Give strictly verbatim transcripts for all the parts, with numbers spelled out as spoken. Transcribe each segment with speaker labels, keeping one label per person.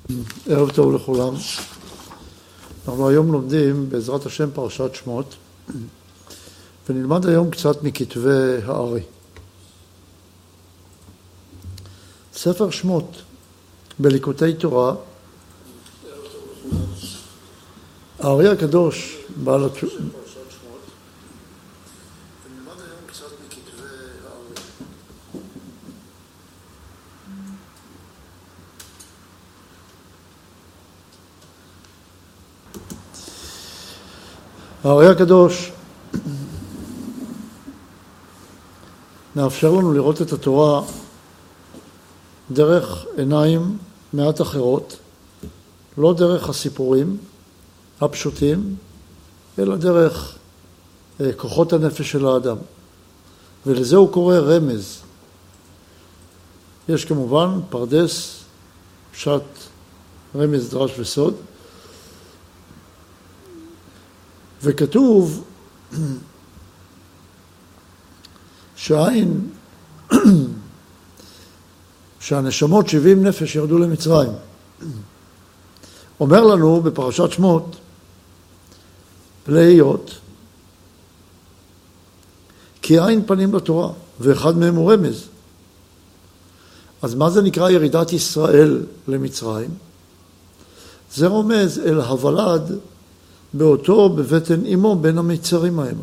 Speaker 1: ערב טוב לכולם. אנחנו היום לומדים בעזרת השם פרשת שמות, ונלמד היום קצת מכתבי הארי. ספר שמות בליקוטי תורה, הארי הקדוש בעל התשובה. הארי הקדוש מאפשר לנו לראות את התורה דרך עיניים מעט אחרות, לא דרך הסיפורים הפשוטים, אלא דרך כוחות הנפש של האדם. ולזה הוא קורא רמז. יש כמובן פרדס, פשט, רמז, דרש וסוד, וכתוב שהעין, שהנשמות שבעים נפש ירדו למצרים. אומר לנו בפרשת שמות להיות כי עין פנים בתורה, ואחד מהם הוא רמז. אז מה זה נקרא ירידת ישראל למצרים? זה רומז אל הוולד באותו בבטן אמו בין המצרים האלה.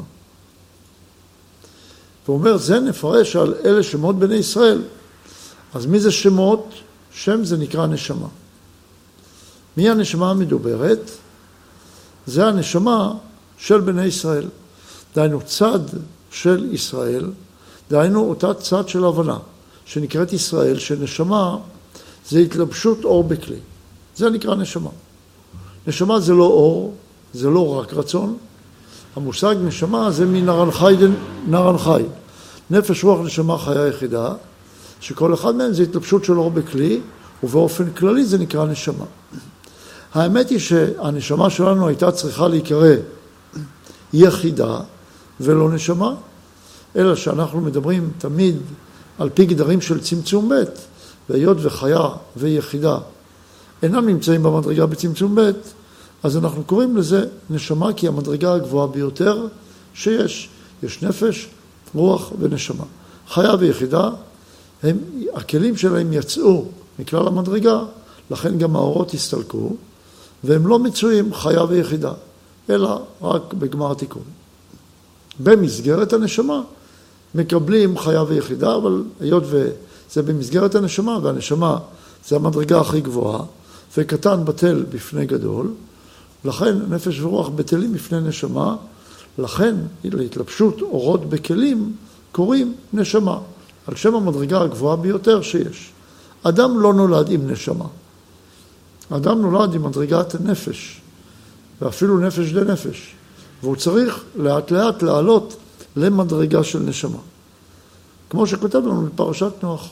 Speaker 1: הוא אומר, זה נפרש על אלה שמות בני ישראל. אז מי זה שמות? שם זה נקרא נשמה. מי הנשמה המדוברת? זה הנשמה של בני ישראל. דהיינו צד של ישראל, דהיינו אותה צד של הבנה, שנקראת ישראל, שנשמה זה התלבשות אור בכלי. זה נקרא נשמה. נשמה זה לא אור, זה לא רק רצון. המושג נשמה זה מנרן חי, נרן חי. נפש רוח נשמה חיה יחידה, שכל אחד מהם זה התלבשות של אור בכלי, ובאופן כללי זה נקרא נשמה. האמת היא שהנשמה שלנו הייתה צריכה להיקרא יחידה ולא נשמה, אלא שאנחנו מדברים תמיד על פי גדרים של צמצום ב', והיות וחיה ויחידה אינם נמצאים במדרגה בצמצום ב', אז אנחנו קוראים לזה נשמה, כי המדרגה הגבוהה ביותר שיש. יש נפש, רוח ונשמה. חיה ויחידה, הם, הכלים שלהם יצאו מכלל המדרגה, לכן גם האורות הסתלקו, והם לא מצויים חיה ויחידה, אלא רק בגמר התיקון. במסגרת הנשמה מקבלים חיה ויחידה, אבל היות וזה במסגרת הנשמה, והנשמה זה המדרגה הכי גבוהה, וקטן בטל בפני גדול, לכן נפש ורוח בטלים בפני נשמה, לכן להתלבשות אורות בכלים קוראים נשמה, על שם המדרגה הגבוהה ביותר שיש. אדם לא נולד עם נשמה. אדם נולד עם מדרגת נפש, ואפילו נפש די נפש, והוא צריך לאט לאט לעלות למדרגה של נשמה. כמו שכותב לנו בפרשת נוח.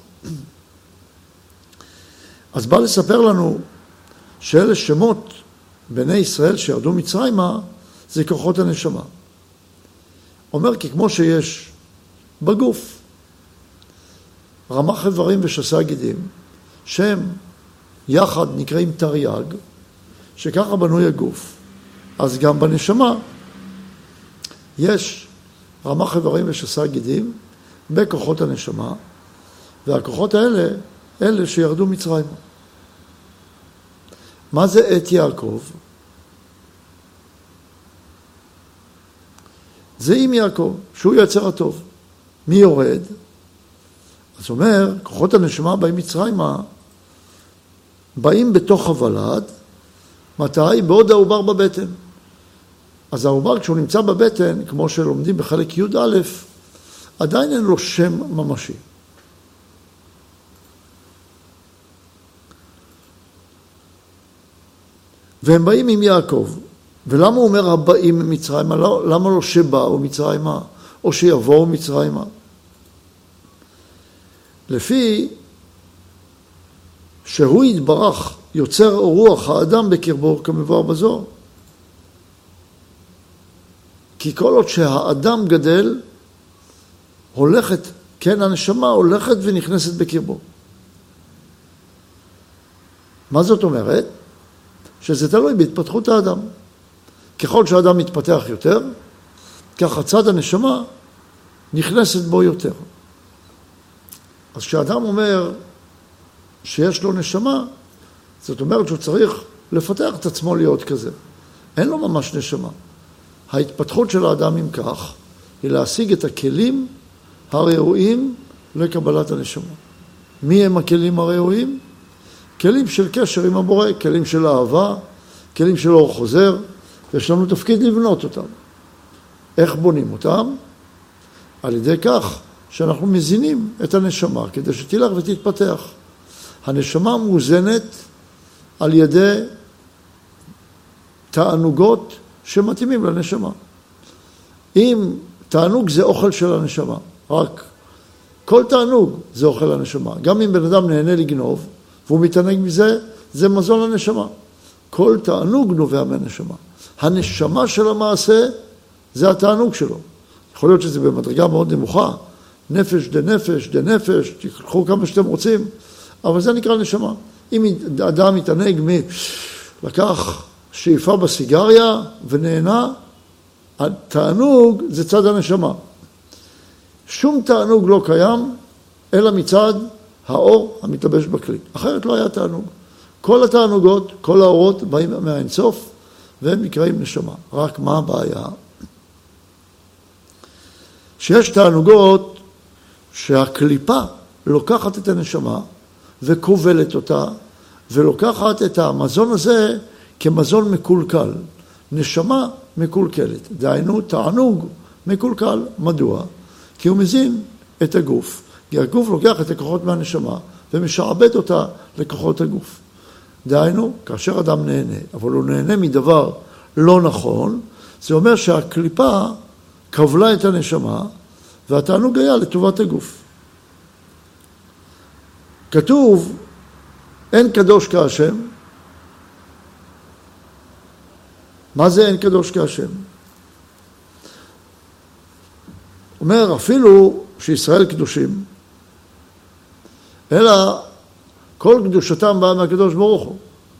Speaker 1: אז בא לספר לנו שאלה שמות בני ישראל שירדו מצרימה, זה כוחות הנשמה. אומר כי כמו שיש בגוף רמ"ח איברים ושס"ה גידים, שהם יחד נקראים תרי"ג, שככה בנוי הגוף, אז גם בנשמה יש רמ"ח איברים ושס"ה גידים בכוחות הנשמה, והכוחות האלה, אלה שירדו מצרימה. מה זה עת יעקב? זה עם יעקב, שהוא יצר הטוב. מי יורד? אז אומר, כוחות הנשמה באים מצרימה, באים בתוך הוולד, מתי? בעוד העובר בבטן. אז העובר כשהוא נמצא בבטן, כמו שלומדים בחלק י' א', עדיין אין לו שם ממשי. והם באים עם יעקב. ולמה הוא אומר הבאים מצרימה? למה לא שבאו מצרימה, או שיבואו מצרימה? לפי שהוא יתברך יוצר רוח האדם בקרבו כמבואר בזוהר. כי כל עוד שהאדם גדל, הולכת, כן, הנשמה הולכת ונכנסת בקרבו. מה זאת אומרת? שזה תלוי בהתפתחות האדם. ככל שהאדם מתפתח יותר, ככה צד הנשמה נכנסת בו יותר. אז כשאדם אומר שיש לו נשמה, זאת אומרת שהוא צריך לפתח את עצמו להיות כזה. אין לו ממש נשמה. ההתפתחות של האדם אם כך, היא להשיג את הכלים הראויים לקבלת הנשמה. מי הם הכלים הראויים? כלים של קשר עם הבורא, כלים של אהבה, כלים של אור חוזר, ויש לנו תפקיד לבנות אותם. איך בונים אותם? על ידי כך שאנחנו מזינים את הנשמה כדי שתלך ותתפתח. הנשמה מוזנת על ידי תענוגות שמתאימים לנשמה. אם תענוג זה אוכל של הנשמה, רק כל תענוג זה אוכל הנשמה. גם אם בן אדם נהנה לגנוב והוא מתענג מזה, זה מזון לנשמה. כל תענוג נובע מהנשמה. הנשמה של המעשה זה התענוג שלו. יכול להיות שזה במדרגה מאוד נמוכה, נפש דה נפש דה נפש, תקחו כמה שאתם רוצים, אבל זה נקרא נשמה. אם אדם מתענג מ... לקח שאיפה בסיגריה ונהנה, התענוג זה צד הנשמה. שום תענוג לא קיים, אלא מצד האור המתלבש בכלי. אחרת לא היה תענוג. כל התענוגות, כל האורות באים מהאינסוף, והם נקראים נשמה. רק מה הבעיה? שיש תענוגות שהקליפה לוקחת את הנשמה וכובלת אותה, ולוקחת את המזון הזה כמזון מקולקל. נשמה מקולקלת. דהיינו, תענוג מקולקל. מדוע? כי הוא מזין את הגוף. כי הגוף לוקח את הכוחות מהנשמה ומשעבד אותה לכוחות הגוף. דהיינו, כאשר אדם נהנה, אבל הוא נהנה מדבר לא נכון, זה אומר שהקליפה כבלה את הנשמה, והתענוג היה לטובת הגוף. כתוב, אין קדוש כהשם. מה זה אין קדוש כהשם? אומר, אפילו שישראל קדושים, אלא כל קדושתם באה מהקדוש ברוך הוא.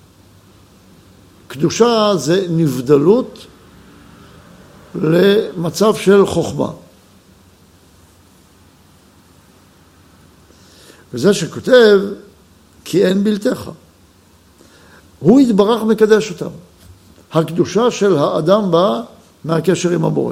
Speaker 1: קדושה זה נבדלות למצב של חוכמה. וזה שכותב, כי אין בלתך. הוא יתברך מקדש אותם. הקדושה של האדם באה מהקשר עם הבורא.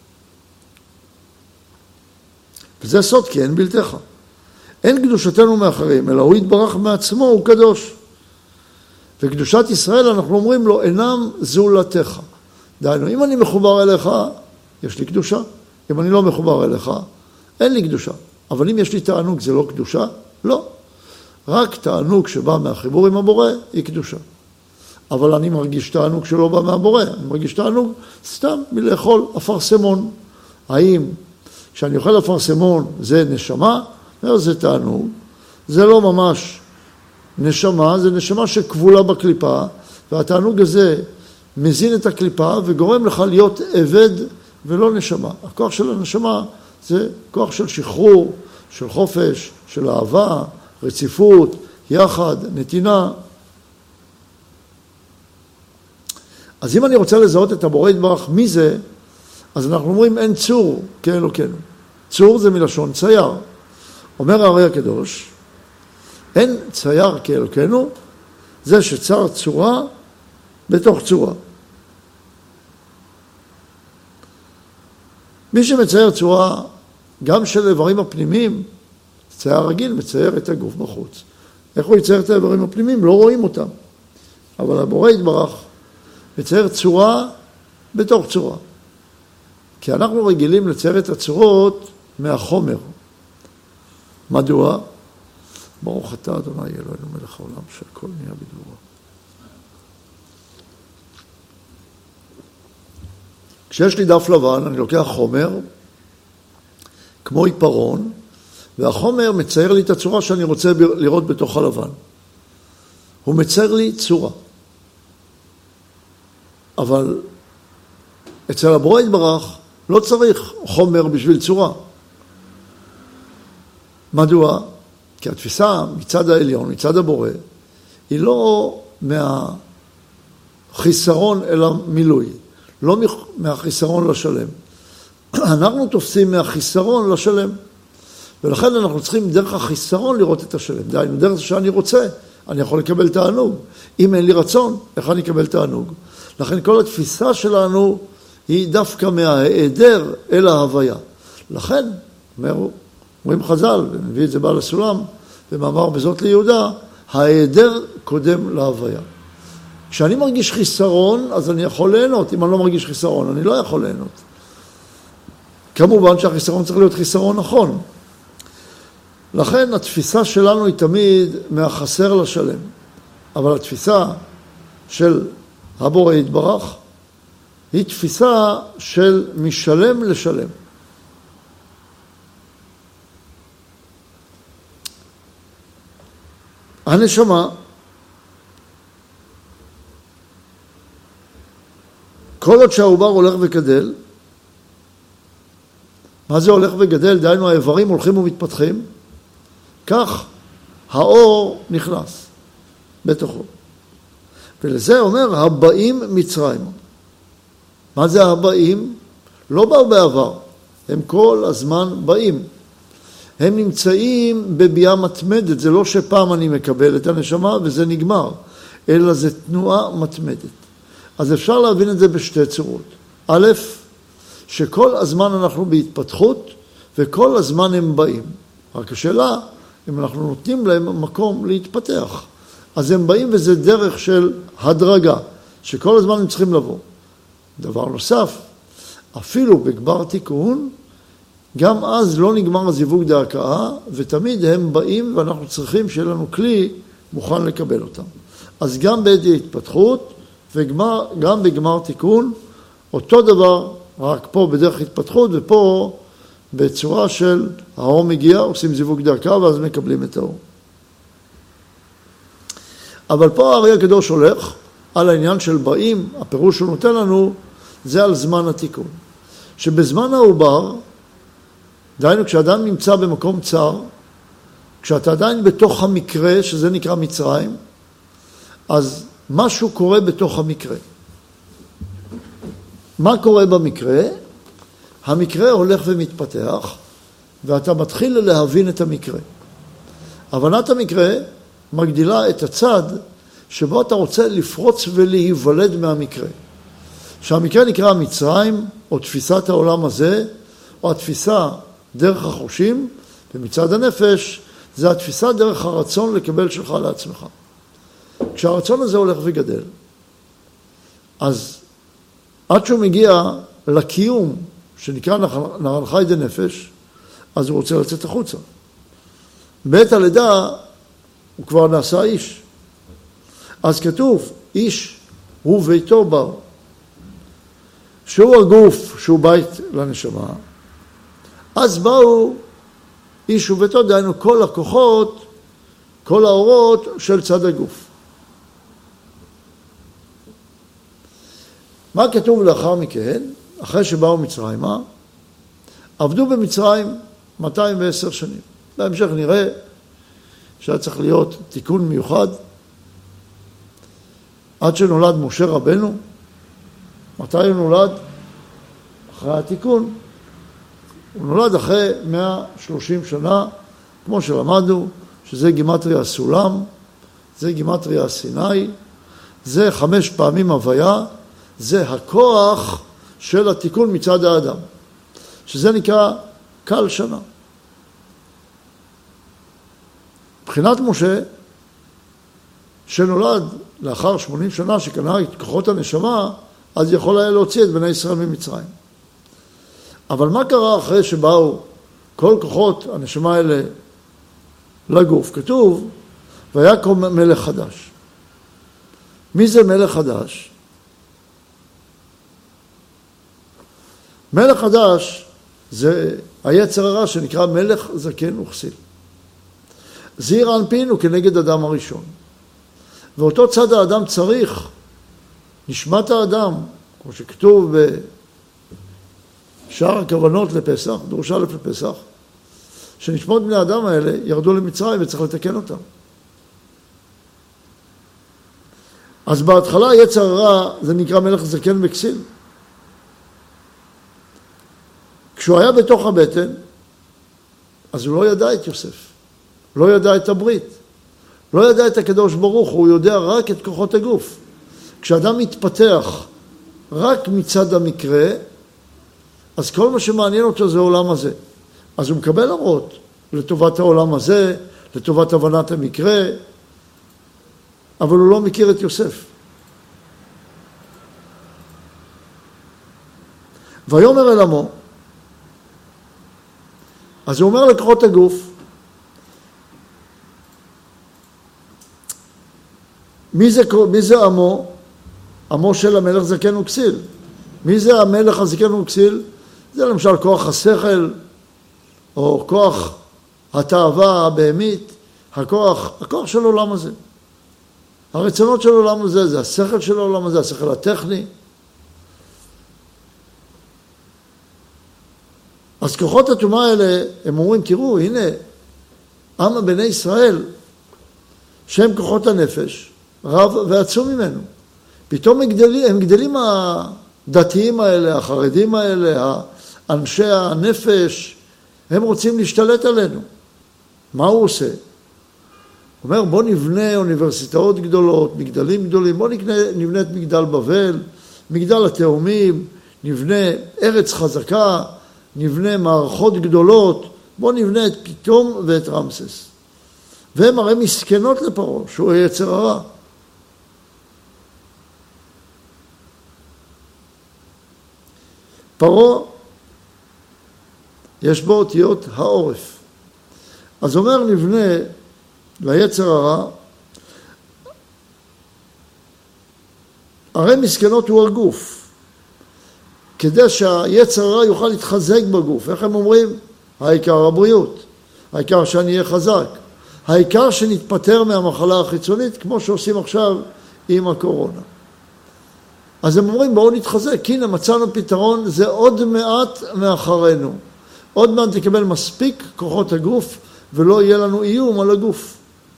Speaker 1: וזה סוד, כי אין בלתך. אין קדושתנו מאחרים, אלא הוא יתברך מעצמו, הוא קדוש. וקדושת ישראל, אנחנו אומרים לו, אינם זולתך. דהיינו, אם אני מחובר אליך, יש לי קדושה. אם אני לא מחובר אליך, אין לי קדושה. אבל אם יש לי תענוג, זה לא קדושה? לא. רק תענוג שבא מהחיבור עם הבורא, היא קדושה. אבל אני מרגיש תענוג שלא בא מהבורא. אני מרגיש תענוג סתם מלאכול אפרסמון. האם כשאני אוכל אפרסמון זה נשמה? זה תענוג. זה לא ממש נשמה, זה נשמה שכבולה בקליפה, והתענוג הזה מזין את הקליפה וגורם לך להיות עבד ולא נשמה. הכוח של הנשמה זה כוח של שחרור, של חופש, של אהבה, רציפות, יחד, נתינה. אז אם אני רוצה לזהות את הבורא יתברך, מי זה? אז אנחנו אומרים אין צור כאלוקנו. צור זה מלשון צייר. אומר הרי הקדוש, אין צייר כאלוקנו, זה שצר צורה בתוך צורה. מי שמצייר צורה, גם של איברים הפנימיים, צייר רגיל מצייר את הגוף בחוץ. איך הוא יצייר את האיברים הפנימיים? לא רואים אותם. אבל הבורא יתברך מצייר צורה בתוך צורה. כי אנחנו רגילים לצייר את הצורות מהחומר. מדוע? ברוך אתה אדוני אלוהינו מלך העולם שהכל נהיה בדברו. כשיש לי דף לבן, אני לוקח חומר, כמו עיפרון, והחומר מצייר לי את הצורה שאני רוצה לראות בתוך הלבן. הוא מצייר לי צורה. אבל אצל הבורא יתברך לא צריך חומר בשביל צורה. מדוע? כי התפיסה מצד העליון, מצד הבורא, היא לא מהחיסרון אלא מילוי, לא מהחיסרון לשלם. אנחנו תופסים מהחיסרון לשלם, ולכן אנחנו צריכים דרך החיסרון לראות את השלם. דהיינו, דרך זה שאני רוצה, אני יכול לקבל תענוג. אם אין לי רצון, איך אני אקבל תענוג? לכן כל התפיסה שלנו היא דווקא מההיעדר אל ההוויה. לכן, אומרים חז"ל, ונביא את זה בעל הסולם, במאמר בזאת ליהודה, ההיעדר קודם להוויה. כשאני מרגיש חיסרון, אז אני יכול ליהנות. אם אני לא מרגיש חיסרון, אני לא יכול ליהנות. כמובן שהחיסרון צריך להיות חיסרון נכון. לכן התפיסה שלנו היא תמיד מהחסר לשלם. אבל התפיסה של הבורא יתברך היא תפיסה של משלם לשלם. הנשמה, כל עוד שהעובר הולך וגדל, מה זה הולך וגדל? דהיינו האיברים הולכים ומתפתחים, כך האור נכנס בתוכו. ולזה אומר הבאים מצרים. מה זה הבאים? לא באו בעבר, הם כל הזמן באים. הם נמצאים בביאה מתמדת, זה לא שפעם אני מקבל את הנשמה וזה נגמר, אלא זה תנועה מתמדת. אז אפשר להבין את זה בשתי צורות. א', שכל הזמן אנחנו בהתפתחות וכל הזמן הם באים. רק השאלה, אם אנחנו נותנים להם מקום להתפתח. אז הם באים וזה דרך של הדרגה, שכל הזמן הם צריכים לבוא. דבר נוסף, אפילו בגמר תיקון, גם אז לא נגמר הזיווג דהכאה, ותמיד הם באים ואנחנו צריכים שיהיה לנו כלי מוכן לקבל אותם. אז גם בעת ההתפתחות וגם בגמר תיקון, אותו דבר, רק פה בדרך התפתחות ופה בצורה של האור מגיע, עושים זיווג דהכאה ואז מקבלים את האור. אבל פה הארי הקדוש הולך על העניין של באים, הפירוש שהוא נותן לנו זה על זמן התיקון. שבזמן העובר, דהיינו כשאדם נמצא במקום צר, כשאתה עדיין בתוך המקרה, שזה נקרא מצרים, אז משהו קורה בתוך המקרה. מה קורה במקרה? המקרה הולך ומתפתח, ואתה מתחיל להבין את המקרה. הבנת המקרה מגדילה את הצד שבו אתה רוצה לפרוץ ולהיוולד מהמקרה. שהמקרה נקרא מצרים, או תפיסת העולם הזה, או התפיסה דרך החושים, ומצד הנפש זה התפיסה דרך הרצון לקבל שלך לעצמך. כשהרצון הזה הולך וגדל, אז עד שהוא מגיע לקיום, שנקרא נהר חי דנפש, אז הוא רוצה לצאת החוצה. בעת הלידה הוא כבר נעשה איש. אז כתוב, איש הוא ביתו בר, שהוא הגוף, שהוא בית לנשמה. אז באו איש וביתו, דהיינו כל הכוחות, כל האורות של צד הגוף. מה כתוב לאחר מכן? אחרי שבאו מצרימה, עבדו במצרים מאתיים ועשר שנים. בהמשך נראה שהיה צריך להיות תיקון מיוחד. עד שנולד משה רבנו, מתי הוא נולד? אחרי התיקון. הוא נולד אחרי מאה ושלושים שנה, כמו שלמדנו, שזה גימטריה הסולם, זה גימטריה הסיני, זה חמש פעמים הוויה, זה הכוח של התיקון מצד האדם, שזה נקרא קל שנה. מבחינת משה, שנולד לאחר שמונים שנה שקנה את כוחות הנשמה, אז יכול היה להוציא את בני ישראל ממצרים. אבל מה קרה אחרי שבאו כל כוחות הנשמה האלה לגוף? כתוב, ויקום מלך חדש. מי זה מלך חדש? מלך חדש זה היצר הרע שנקרא מלך זקן וכסיל. זעיר אנפין הוא כנגד אדם הראשון. ואותו צד האדם צריך, נשמת האדם, כמו שכתוב בשאר הכוונות לפסח, דרוש א' לפסח, שנשמות בני האדם האלה ירדו למצרים וצריך לתקן אותם. אז בהתחלה יצר הרע זה נקרא מלך זקן וכסיל. כשהוא היה בתוך הבטן, אז הוא לא ידע את יוסף, לא ידע את הברית, לא ידע את הקדוש ברוך הוא, הוא יודע רק את כוחות הגוף. כשאדם מתפתח רק מצד המקרה, אז כל מה שמעניין אותו זה העולם הזה. אז הוא מקבל אורות לטובת העולם הזה, לטובת הבנת המקרה, אבל הוא לא מכיר את יוסף. ויאמר אל עמו, אז הוא אומר לכוחות הגוף, מי זה, מי זה עמו? עמו של המלך זקן וכסיל. מי זה המלך הזקן וכסיל? זה למשל כוח השכל, או כוח התאווה הבהמית, הכוח, הכוח של העולם הזה. הרצונות של העולם הזה, זה השכל של העולם הזה, השכל הטכני. אז כוחות הטומאה האלה, הם אומרים, תראו, הנה, עם בני ישראל, שהם כוחות הנפש, רב ועצום ממנו. פתאום הם גדלים, הם גדלים הדתיים האלה, החרדים האלה, אנשי הנפש, הם רוצים להשתלט עלינו. מה הוא עושה? הוא אומר, בוא נבנה אוניברסיטאות גדולות, מגדלים גדולים, בוא נבנה, נבנה את מגדל בבל, מגדל התאומים, נבנה ארץ חזקה, נבנה מערכות גדולות, בוא נבנה את פיתום ואת רמסס. והם הרי מסכנות לפרעה, שהוא היצר הרע. פרעה, יש בו אותיות העורף. אז אומר נבנה ליצר הרע, הרי מסכנות הוא הגוף, כדי שהיצר הרע יוכל להתחזק בגוף. איך הם אומרים? העיקר הבריאות, העיקר שאני אהיה חזק, העיקר שנתפטר מהמחלה החיצונית, כמו שעושים עכשיו עם הקורונה. אז הם אומרים, בואו נתחזק, הנה מצאנו פתרון, זה עוד מעט מאחרינו. עוד מעט תקבל מספיק כוחות הגוף, ולא יהיה לנו איום על הגוף.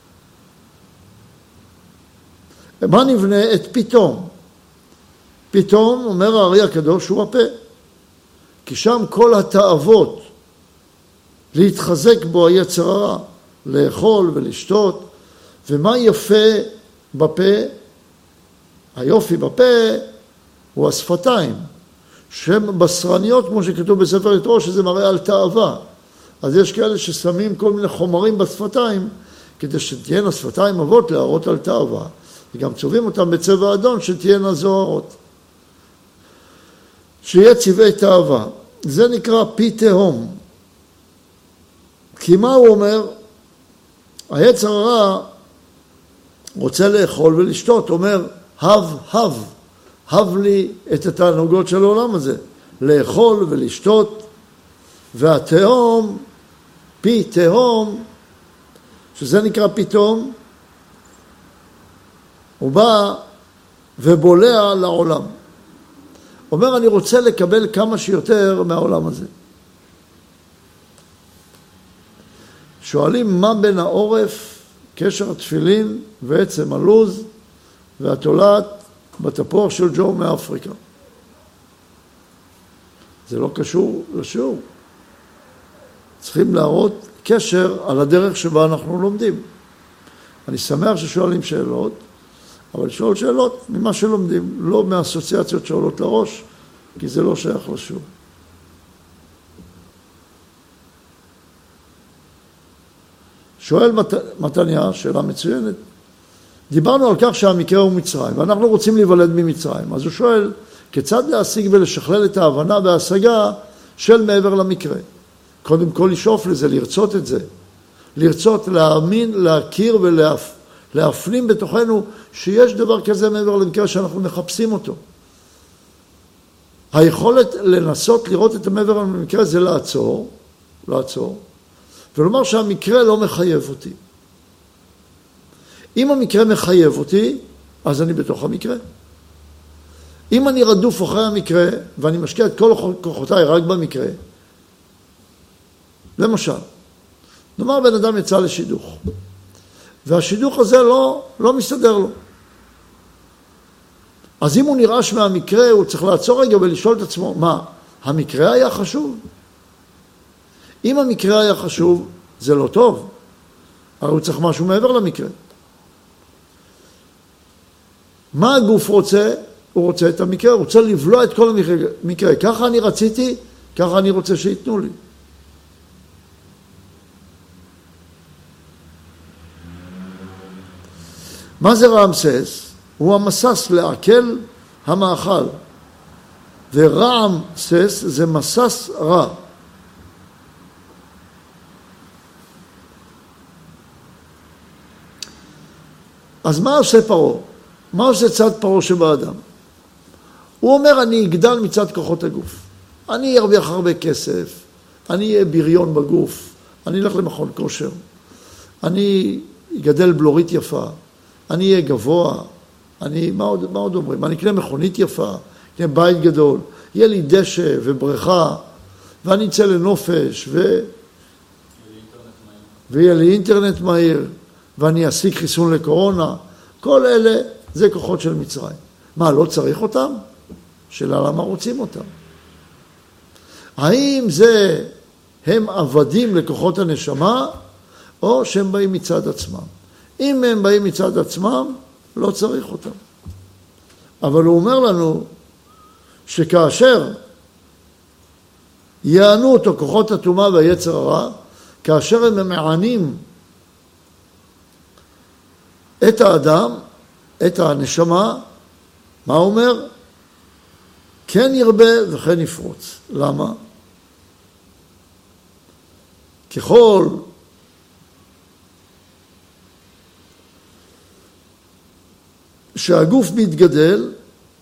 Speaker 1: מה נבנה? את פתאום. פתאום, אומר הארי הקדוש, הוא הפה. כי שם כל התאוות להתחזק בו היצר הרע, לאכול ולשתות. ומה יפה בפה? היופי בפה הוא השפתיים, שהן בשרניות, כמו שכתוב בספר יתרו, שזה מראה על תאווה. אז יש כאלה ששמים כל מיני חומרים בשפתיים, כדי שתהיינה שפתיים אבות להראות על תאווה. וגם צובעים אותם בצבע אדום, שתהיינה זוהרות. שיהיה צבעי תאווה. זה נקרא פי תהום. כי מה הוא אומר? היצר הרע רוצה לאכול ולשתות, אומר, הב, הב, הב לי את התענוגות של העולם הזה, לאכול ולשתות, והתהום, פי תהום, שזה נקרא פתאום, הוא בא ובולע לעולם. אומר, אני רוצה לקבל כמה שיותר מהעולם הזה. שואלים מה בין העורף, קשר התפילין ועצם הלוז והתולעת בתפוח של ג'ו מאפריקה. זה לא קשור לשיעור. צריכים להראות קשר על הדרך שבה אנחנו לומדים. אני שמח ששואלים שאלות, אבל שואל שאלות ממה שלומדים, לא מהאסוציאציות שעולות לראש, כי זה לא שייך לשיעור. שואל מת... מתניה, שאלה מצוינת, דיברנו על כך שהמקרה הוא מצרים, ואנחנו רוצים להיוולד ממצרים. אז הוא שואל, כיצד להשיג ולשכלל את ההבנה וההשגה של מעבר למקרה? קודם כל לשאוף לזה, לרצות את זה. לרצות, להאמין, להכיר ולהפנים בתוכנו שיש דבר כזה מעבר למקרה שאנחנו מחפשים אותו. היכולת לנסות לראות את המעבר למקרה זה לעצור, לעצור, ולומר שהמקרה לא מחייב אותי. אם המקרה מחייב אותי, אז אני בתוך המקרה. אם אני רדוף אחרי המקרה, ואני משקיע את כל כוחותיי רק במקרה, למשל, נאמר בן אדם יצא לשידוך, והשידוך הזה לא, לא מסתדר לו. אז אם הוא נרעש מהמקרה, הוא צריך לעצור רגע ולשאול את עצמו, מה, המקרה היה חשוב? אם המקרה היה חשוב, זה לא טוב. הרי הוא צריך משהו מעבר למקרה. מה הגוף רוצה? הוא רוצה את המקרה, הוא רוצה לבלוע את כל המקרה. ככה אני רציתי, ככה אני רוצה שיתנו לי. מה זה רעמסס? הוא המסס לעכל המאכל. ורעמסס זה מסס רע. אז מה עושה פרעה? מה עושה צד פרעה שבאדם? הוא אומר, אני אגדל מצד כוחות הגוף. אני ארוויח הרבה כסף, אני אהיה בריון בגוף, אני אלך למכון כושר, אני אגדל בלורית יפה, אני אהיה גבוה, אני, מה עוד, מה עוד אומרים? אני אקנה מכונית יפה, אקנה בית גדול, יהיה לי דשא ובריכה, ואני אצא לנופש, ו... ויהיה לי אינטרנט מהיר, ואני אשיג חיסון לקורונה. כל אלה זה כוחות של מצרים. מה, לא צריך אותם? שאלה למה רוצים אותם? האם זה הם עבדים לכוחות הנשמה, או שהם באים מצד עצמם? אם הם באים מצד עצמם, לא צריך אותם. אבל הוא אומר לנו שכאשר יענו אותו כוחות הטומאה והיצר הרע, כאשר הם מענים את האדם, את הנשמה, מה הוא אומר? כן ירבה וכן יפרוץ. למה? ככל שהגוף מתגדל,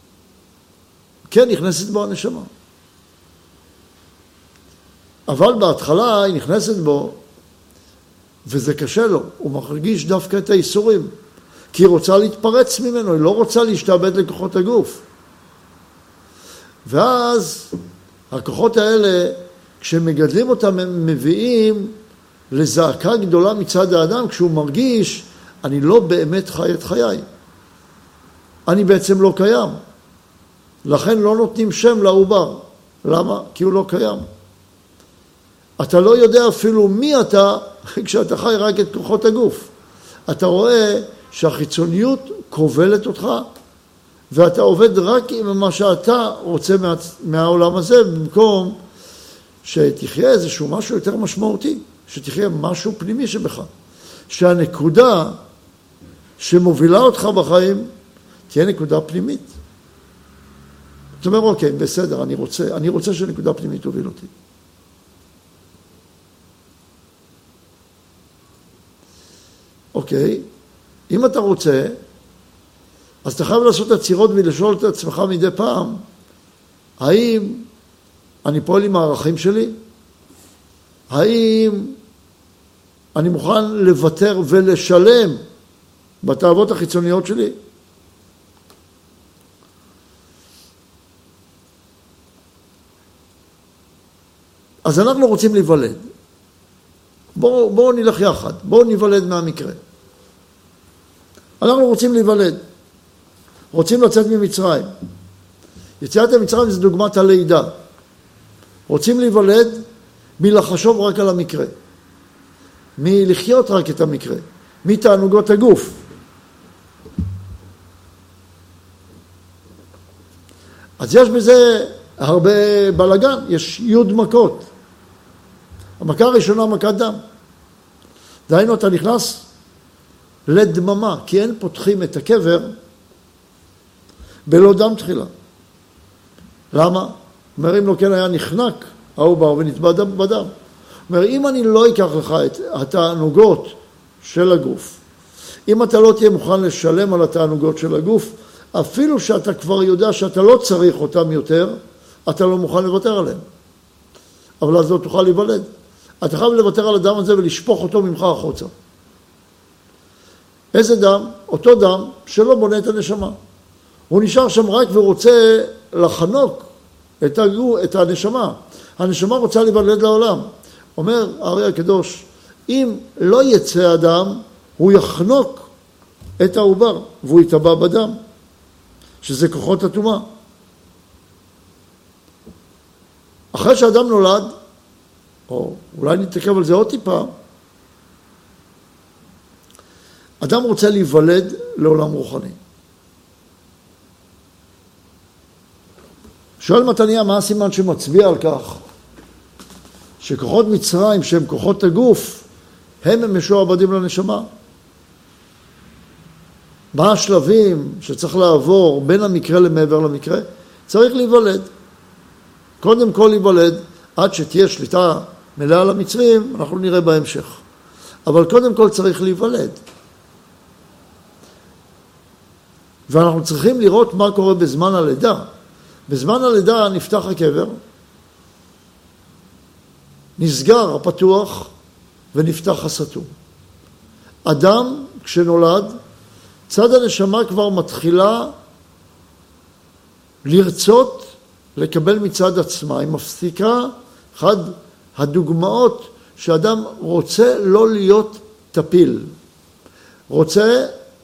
Speaker 1: כן נכנסת בו הנשמה. אבל בהתחלה היא נכנסת בו, וזה קשה לו. הוא מרגיש דווקא את האיסורים, כי היא רוצה להתפרץ ממנו, היא לא רוצה להשתעבד לכוחות הגוף. ואז הכוחות האלה, כשמגדלים אותם, הם מביאים לזעקה גדולה מצד האדם, כשהוא מרגיש, אני לא באמת חי את חיי. אני בעצם לא קיים. לכן לא נותנים שם לעובר. למה? כי הוא לא קיים. אתה לא יודע אפילו מי אתה, כשאתה חי רק את כוחות הגוף. אתה רואה שהחיצוניות כובלת אותך, ואתה עובד רק עם מה שאתה רוצה מה, מהעולם הזה, במקום שתחיה איזשהו משהו יותר משמעותי, שתחיה משהו פנימי שבך. שהנקודה שמובילה אותך בחיים, תהיה נקודה פנימית. זאת אומרת, אוקיי, בסדר, אני רוצה, אני רוצה שנקודה פנימית תוביל אותי. אוקיי, אם אתה רוצה, אז אתה חייב לעשות עצירות ולשאול את עצמך מדי פעם, האם אני פועל עם הערכים שלי? האם אני מוכן לוותר ולשלם בתאוות החיצוניות שלי? אז אנחנו רוצים להיוולד. בואו בוא נלך יחד, בואו ניוולד מהמקרה. אנחנו רוצים להיוולד. רוצים לצאת ממצרים. יציאת ממצרים זה דוגמת הלידה. רוצים להיוולד מלחשוב רק על המקרה. מלחיות רק את המקרה. מתענוגות הגוף. אז יש בזה הרבה בלגן, יש יוד מכות. המכה הראשונה מכת דם. דהיינו אתה נכנס לדממה, כי אין פותחים את הקבר בלא דם תחילה. למה? אומר, אם לא כן היה נחנק העובר ונטבע דם בדם. אומר, אם אני לא אקח לך את התענוגות של הגוף, אם אתה לא תהיה מוכן לשלם על התענוגות של הגוף, אפילו שאתה כבר יודע שאתה לא צריך אותם יותר, אתה לא מוכן לוותר עליהם. אבל אז לא תוכל להיוולד. אתה חייב לוותר על הדם הזה ולשפוך אותו ממך החוצה. איזה דם? אותו דם שלא בונה את הנשמה. הוא נשאר שם רק ורוצה לחנוק את, הגו, את הנשמה. הנשמה רוצה להיוולד לעולם. אומר הארי הקדוש, אם לא יצא הדם, הוא יחנוק את העובר והוא יטבע בדם. שזה כוחות הטומאה. אחרי שאדם נולד, או אולי נתעכב על זה עוד טיפה, אדם רוצה להיוולד לעולם רוחני. שואל מתניה, מה הסימן שמצביע על כך? שכוחות מצרים, שהם כוחות הגוף, הם הם משועבדים לנשמה. מה השלבים שצריך לעבור בין המקרה למעבר למקרה? צריך להיוולד. קודם כל להיוולד, עד שתהיה שליטה מלאה על המצרים, אנחנו נראה בהמשך. אבל קודם כל צריך להיוולד. ואנחנו צריכים לראות מה קורה בזמן הלידה. בזמן הלידה נפתח הקבר, נסגר הפתוח ונפתח הסתום. אדם כשנולד, צד הנשמה כבר מתחילה לרצות לקבל מצד עצמה. היא מפסיקה, אחד הדוגמאות שאדם רוצה לא להיות טפיל. רוצה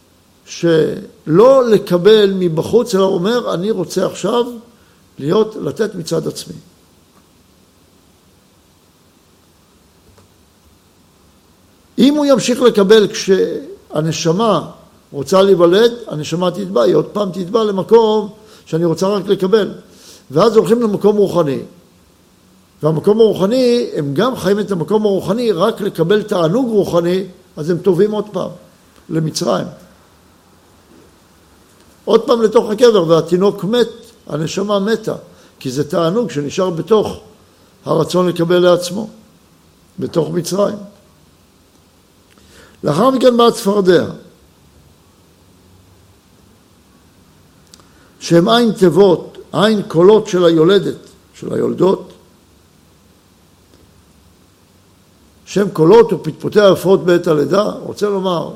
Speaker 1: שלא לקבל מבחוץ, אלא אומר, אני רוצה עכשיו להיות, לתת מצד עצמי. אם הוא ימשיך לקבל כשהנשמה רוצה להיוולד, הנשמה תתבע, היא עוד פעם תתבע למקום שאני רוצה רק לקבל. ואז הולכים למקום רוחני. והמקום הרוחני, הם גם חיים את המקום הרוחני, רק לקבל תענוג רוחני, אז הם טובים עוד פעם, למצרים. עוד פעם לתוך הקבר, והתינוק מת, הנשמה מתה, כי זה תענוג שנשאר בתוך הרצון לקבל לעצמו, בתוך מצרים. לאחר מכן באה צפרדע, שהם עין תיבות, עין קולות של היולדת, של היולדות, שהם קולות ופטפוטי העפרות בעת הלידה. רוצה לומר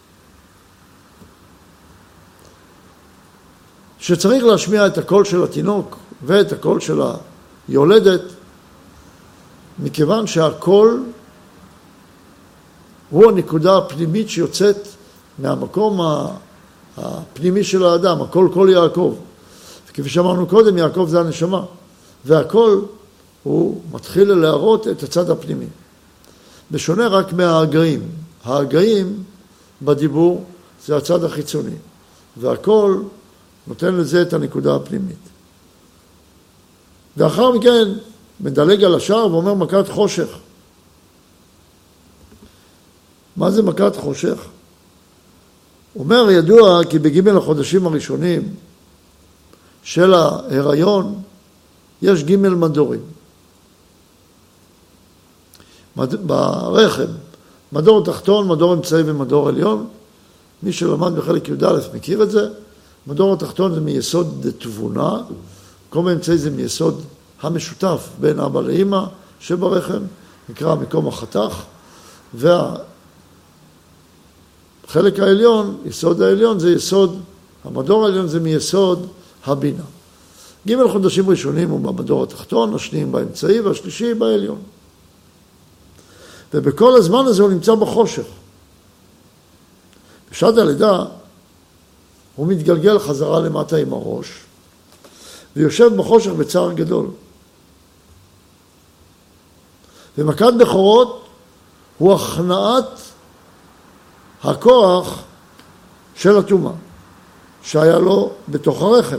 Speaker 1: שצריך להשמיע את הקול של התינוק ואת הקול של היולדת, מכיוון שהקול הוא הנקודה הפנימית שיוצאת מהמקום הפנימי של האדם, הקול קול יעקב. וכפי שאמרנו קודם, יעקב זה הנשמה, והקול הוא מתחיל להראות את הצד הפנימי. בשונה רק מההגאים. ההגאים בדיבור זה הצד החיצוני, והקול נותן לזה את הנקודה הפנימית. ואחר מכן מדלג על השאר ואומר מכת חושך. מה זה מכת חושך? אומר ידוע כי בגימל החודשים הראשונים של ההיריון יש גימל מדורים. ברחם, מדור תחתון, מדור אמצעי ומדור עליון. מי שלמד בחלק י"א מכיר את זה. מדור התחתון זה מיסוד תבונה, מקום האמצעי זה מיסוד המשותף בין אבא לאמא שברחם, נקרא מקום החתך, והחלק העליון, יסוד העליון זה יסוד, המדור העליון זה מיסוד הבינה. ג' חודשים ראשונים הוא במדור התחתון, השניים באמצעי והשלישי בעליון. ובכל הזמן הזה הוא נמצא בחושך. בשעת הלידה הוא מתגלגל חזרה למטה עם הראש, ויושב בחושך בצער גדול. ומכת בכורות הוא הכנעת הכוח של הטומאה, שהיה לו בתוך הרחם.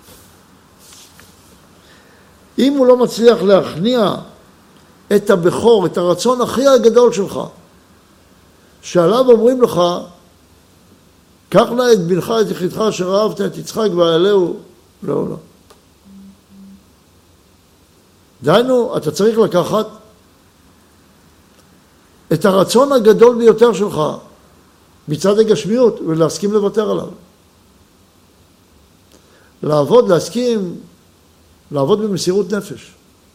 Speaker 1: אם הוא לא מצליח להכניע את הבכור, את הרצון הכי הגדול שלך, שעליו אומרים לך, קח נא את בנך, את יחידך, אשר אהבת את יצחק ויעלהו לעולם. דהיינו, אתה צריך לקחת את הרצון הגדול ביותר שלך מצד הגשמיות ולהסכים לוותר עליו. לעבוד, להסכים, לעבוד במסירות נפש.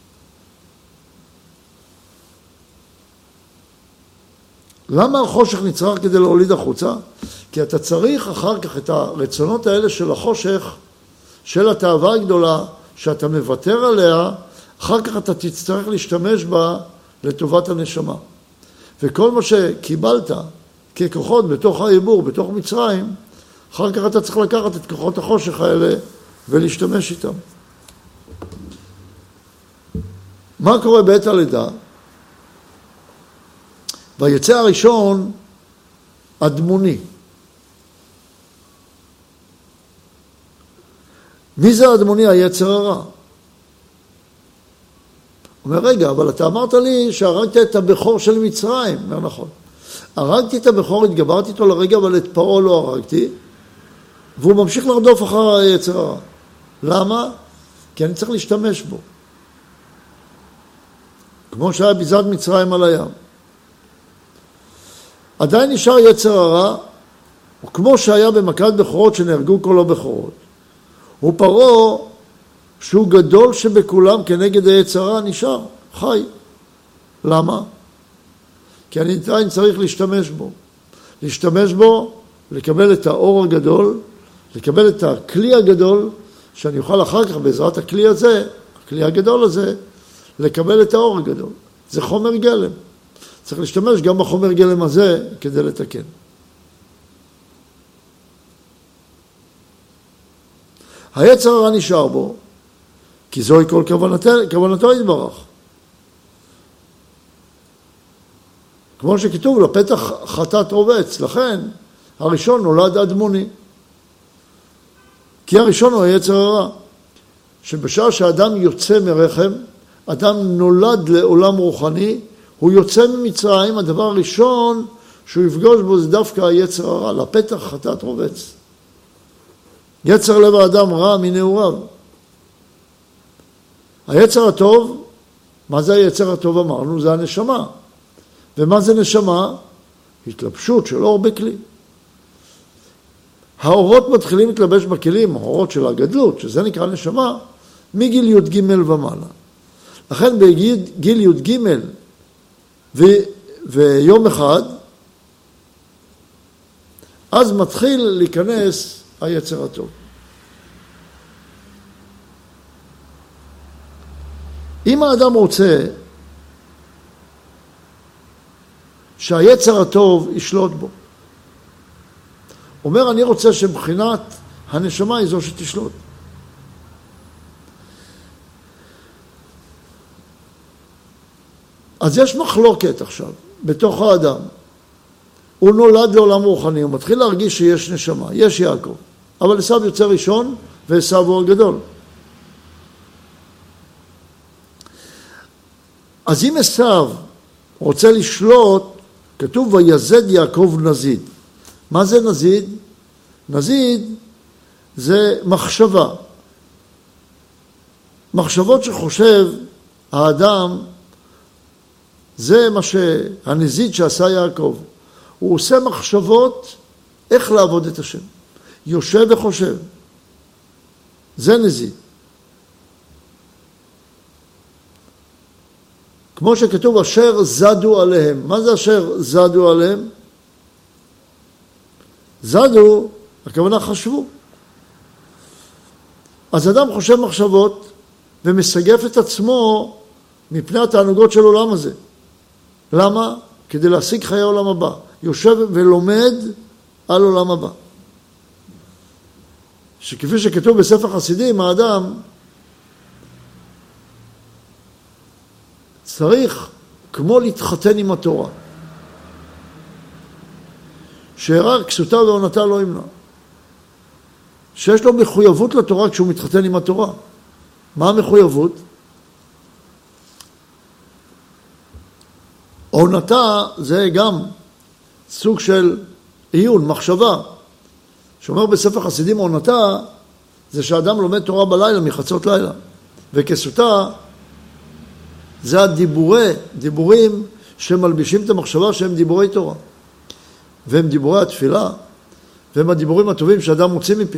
Speaker 1: למה החושך נצרך כדי להוליד החוצה? כי אתה צריך אחר כך את הרצונות האלה של החושך, של התאווה הגדולה, שאתה מוותר עליה, אחר כך אתה תצטרך להשתמש בה לטובת הנשמה. וכל מה שקיבלת ככוחות בתוך העיבור, בתוך מצרים, אחר כך אתה צריך לקחת את כוחות החושך האלה ולהשתמש איתם. מה קורה בעת הלידה? ויצא הראשון אדמוני. מי זה האדמוני? היצר הרע. אומר, רגע, אבל אתה אמרת לי שהרגת את הבכור של מצרים. אומר, נכון. הרגתי את הבכור, התגברתי איתו לרגע, אבל את פרעה לא הרגתי, והוא ממשיך לרדוף אחר היצר הרע. למה? כי אני צריך להשתמש בו. כמו שהיה ביזת מצרים על הים. עדיין נשאר יצר הרע, וכמו שהיה במכת בכורות שנהרגו כל הבכורות. הוא פרעה שהוא גדול שבכולם כנגד היצר הרע נשאר, חי. למה? כי אני עדיין צריך להשתמש בו. להשתמש בו, לקבל את האור הגדול, לקבל את הכלי הגדול, שאני אוכל אחר כך בעזרת הכלי הזה, הכלי הגדול הזה, לקבל את האור הגדול. זה חומר גלם. צריך להשתמש גם בחומר גלם הזה כדי לתקן. היצר הרע נשאר בו, כי זוהי כל כוונתו, כוונתו יתברך. כמו שכתוב, לפתח חטאת רובץ, לכן הראשון נולד אדמוני. כי הראשון הוא היצר הרע, שבשעה שאדם יוצא מרחם, אדם נולד לעולם רוחני, הוא יוצא ממצרים, הדבר הראשון שהוא יפגוש בו זה דווקא היצר הרע, לפתח חטאת רובץ. יצר לב האדם רע מנעוריו. היצר הטוב, מה זה היצר הטוב אמרנו? זה הנשמה. ומה זה נשמה? התלבשות של אור בכלי. האורות מתחילים להתלבש בכלים, האורות של הגדלות, שזה נקרא נשמה, מגיל י' ג' ומעלה. לכן בגיל י' ג' ו... ויום אחד, אז מתחיל להיכנס היצר הטוב. אם האדם רוצה שהיצר הטוב ישלוט בו, אומר, אני רוצה שבחינת הנשמה היא זו שתשלוט. אז יש מחלוקת עכשיו, בתוך האדם. הוא נולד לעולם רוחני, הוא מתחיל להרגיש שיש נשמה, יש יעקב. אבל עשיו יוצא ראשון, ועשיו הוא הגדול. אז אם עשיו רוצה לשלוט, כתוב, ויזד יעקב נזיד. מה זה נזיד? נזיד זה מחשבה. מחשבות שחושב האדם, זה מה שהנזיד שעשה יעקב. הוא עושה מחשבות איך לעבוד את השם. יושב וחושב. זה נזיד. כמו שכתוב, אשר זדו עליהם. מה זה אשר זדו עליהם? זדו, הכוונה חשבו. אז אדם חושב מחשבות ומסגף את עצמו מפני התענוגות של עולם הזה. למה? כדי להשיג חיי עולם הבא. יושב ולומד על עולם הבא. שכפי שכתוב בספר חסידים, האדם צריך כמו להתחתן עם התורה. שהראה כסותה ועונתה לא ימנע. שיש לו מחויבות לתורה כשהוא מתחתן עם התורה. מה המחויבות? עונתה זה גם סוג של עיון, מחשבה. שאומר בספר חסידים עונתה זה שאדם לומד תורה בלילה מחצות לילה. וכסותה זה הדיבורי, דיבורים שמלבישים את המחשבה שהם דיבורי תורה. והם דיבורי התפילה, והם הדיבורים הטובים שאדם מוציא מפיו.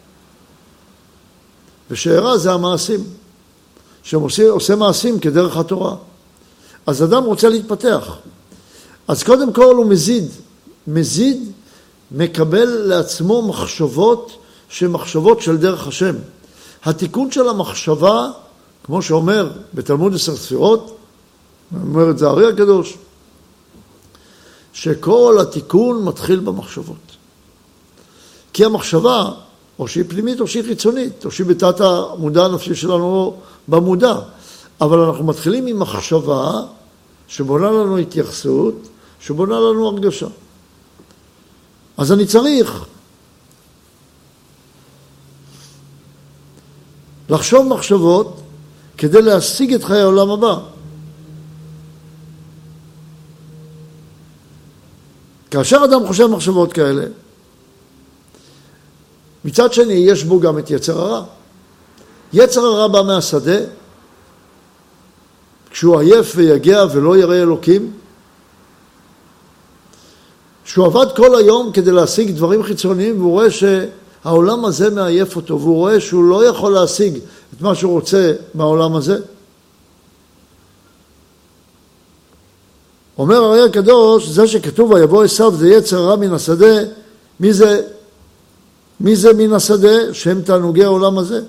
Speaker 1: ושערה זה המעשים, שעושה מעשים כדרך התורה. אז אדם רוצה להתפתח. אז קודם כל הוא מזיד. מזיד מקבל לעצמו מחשבות שמחשבות של דרך השם. התיקון של המחשבה, כמו שאומר בתלמוד עשר ספירות, אומר את זה הארי הקדוש, שכל התיקון מתחיל במחשבות. כי המחשבה, או שהיא פנימית או שהיא חיצונית, או שהיא בתת המודע הנפשי שלנו או במודע. אבל אנחנו מתחילים עם מחשבה שבונה לנו התייחסות, שבונה לנו הרגשה. אז אני צריך לחשוב מחשבות כדי להשיג את חיי העולם הבא. כאשר אדם חושב מחשבות כאלה, מצד שני יש בו גם את יצר הרע. יצר הרע בא מהשדה, כשהוא עייף ויגע ולא יראה אלוקים, שהוא עבד כל היום כדי להשיג דברים חיצוניים, והוא רואה שהעולם הזה מעייף אותו, והוא רואה שהוא לא יכול להשיג את מה שהוא רוצה מהעולם הזה. אומר הרי הקדוש, זה שכתוב ויבוא עשיו זה יצר הרע מן השדה, מי זה, מי זה מן השדה? שהם תענוגי העולם הזה.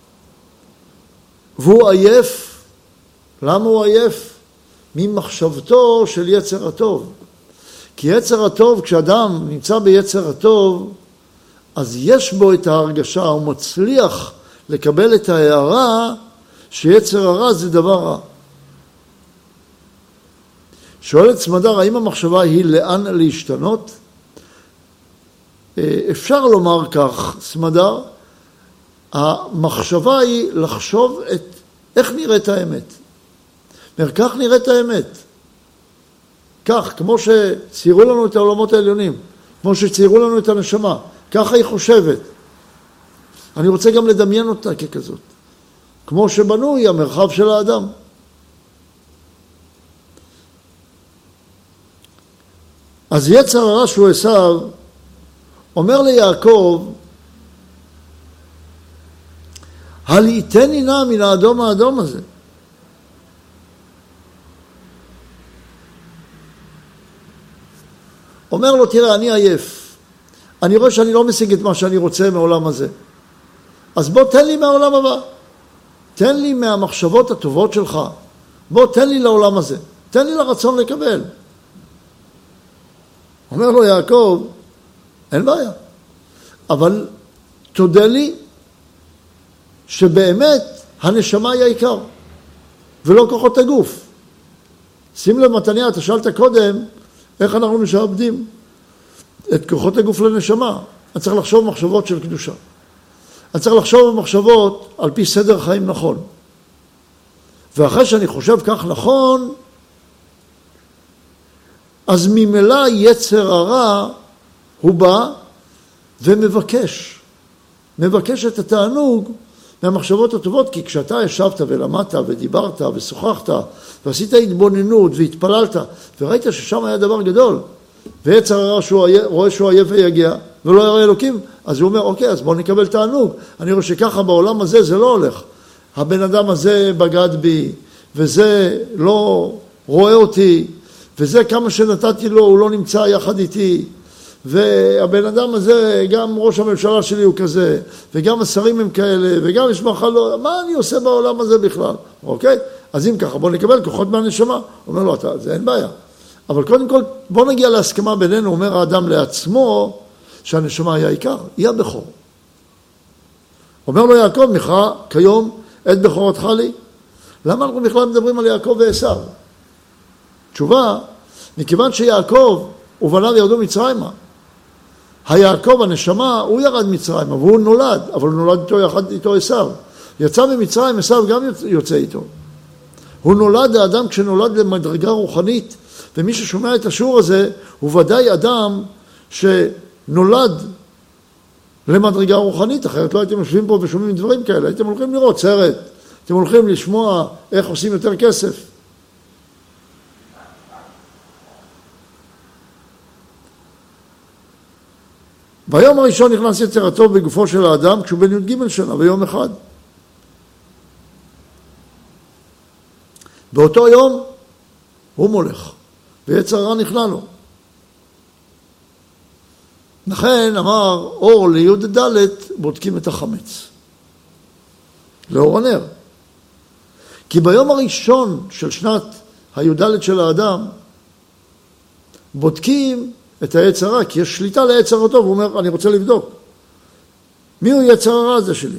Speaker 1: והוא עייף. למה הוא עייף? ממחשבתו של יצר הטוב. כי יצר הטוב, כשאדם נמצא ביצר הטוב, אז יש בו את ההרגשה, הוא מצליח לקבל את ההערה שיצר הרע זה דבר רע. שואלת סמדר, האם המחשבה היא לאן להשתנות? אפשר לומר כך, סמדר, המחשבה היא לחשוב את איך נראית האמת. אומר, כך נראית האמת. כך, כמו שציירו לנו את העולמות העליונים, כמו שציירו לנו את הנשמה, ככה היא חושבת. אני רוצה גם לדמיין אותה ככזאת. כמו שבנוי המרחב של האדם. אז יצר הרע שהוא עשיו, אומר ליעקב, הלעיתני נא מן האדום האדום הזה. אומר לו, תראה, אני עייף. אני רואה שאני לא משיג את מה שאני רוצה מעולם הזה. אז בוא תן לי מהעולם הבא. תן לי מהמחשבות הטובות שלך. בוא תן לי לעולם הזה. תן לי לרצון לקבל. אומר לו יעקב, אין בעיה. אבל תודה לי שבאמת הנשמה היא העיקר, ולא כוחות הגוף. שים לב מתניה, אתה שאלת קודם, איך אנחנו משעבדים את כוחות הגוף לנשמה. אני צריך לחשוב מחשבות של קדושה. אני צריך לחשוב מחשבות על פי סדר חיים נכון. ואחרי שאני חושב כך נכון, אז ממילא יצר הרע הוא בא ומבקש. מבקש את התענוג מהמחשבות הטובות, כי כשאתה ישבת ולמדת ודיברת ושוחחת ועשית התבוננות והתפללת וראית ששם היה דבר גדול, ויצר הרע שהוא רואה שהוא עייף ויגיע ולא יראה אלוקים, אז הוא אומר, אוקיי, אז בוא נקבל תענוג. אני רואה שככה בעולם הזה זה לא הולך. הבן אדם הזה בגד בי, וזה לא רואה אותי, וזה כמה שנתתי לו, הוא לא נמצא יחד איתי, והבן אדם הזה, גם ראש הממשלה שלי הוא כזה, וגם השרים הם כאלה, וגם יש מחלות, מה אני עושה בעולם הזה בכלל? אוקיי? אז אם ככה, בוא נקבל כוחות מהנשמה. אומר לו, אתה, זה אין בעיה. אבל קודם כל, בוא נגיע להסכמה בינינו, אומר האדם לעצמו, שהנשמה היא העיקר, היא הבכור. אומר לו יעקב, מיכה, כיום, את בכורתך לי. למה אנחנו בכלל מדברים על יעקב ועשיו? תשובה, מכיוון שיעקב ובניו ירדו מצרימה. היעקב, הנשמה, הוא ירד מצרימה, והוא נולד, אבל הוא נולד איתו יחד איתו עשיו. יצא ממצרים, עשיו גם יוצא איתו. הוא נולד, האדם כשנולד למדרגה רוחנית, ומי ששומע את השיעור הזה, הוא ודאי אדם שנולד למדרגה רוחנית, אחרת לא הייתם יושבים פה ושומעים דברים כאלה, הייתם הולכים לראות סרט, אתם הולכים לשמוע איך עושים יותר כסף. ביום הראשון נכנס יצר הטוב בגופו של האדם כשהוא בן י"ג שנה, ביום אחד. באותו יום הוא מולך, ויצר הרע נכנע לו. לכן אמר אור ליוד ד' בודקים את החמץ. לאור הנר. כי ביום הראשון של שנת הי"ד של האדם, בודקים את היצר הרע, כי יש שליטה ליצר הטוב, הוא אומר, אני רוצה לבדוק. מי הוא יצר הרע הזה שלי?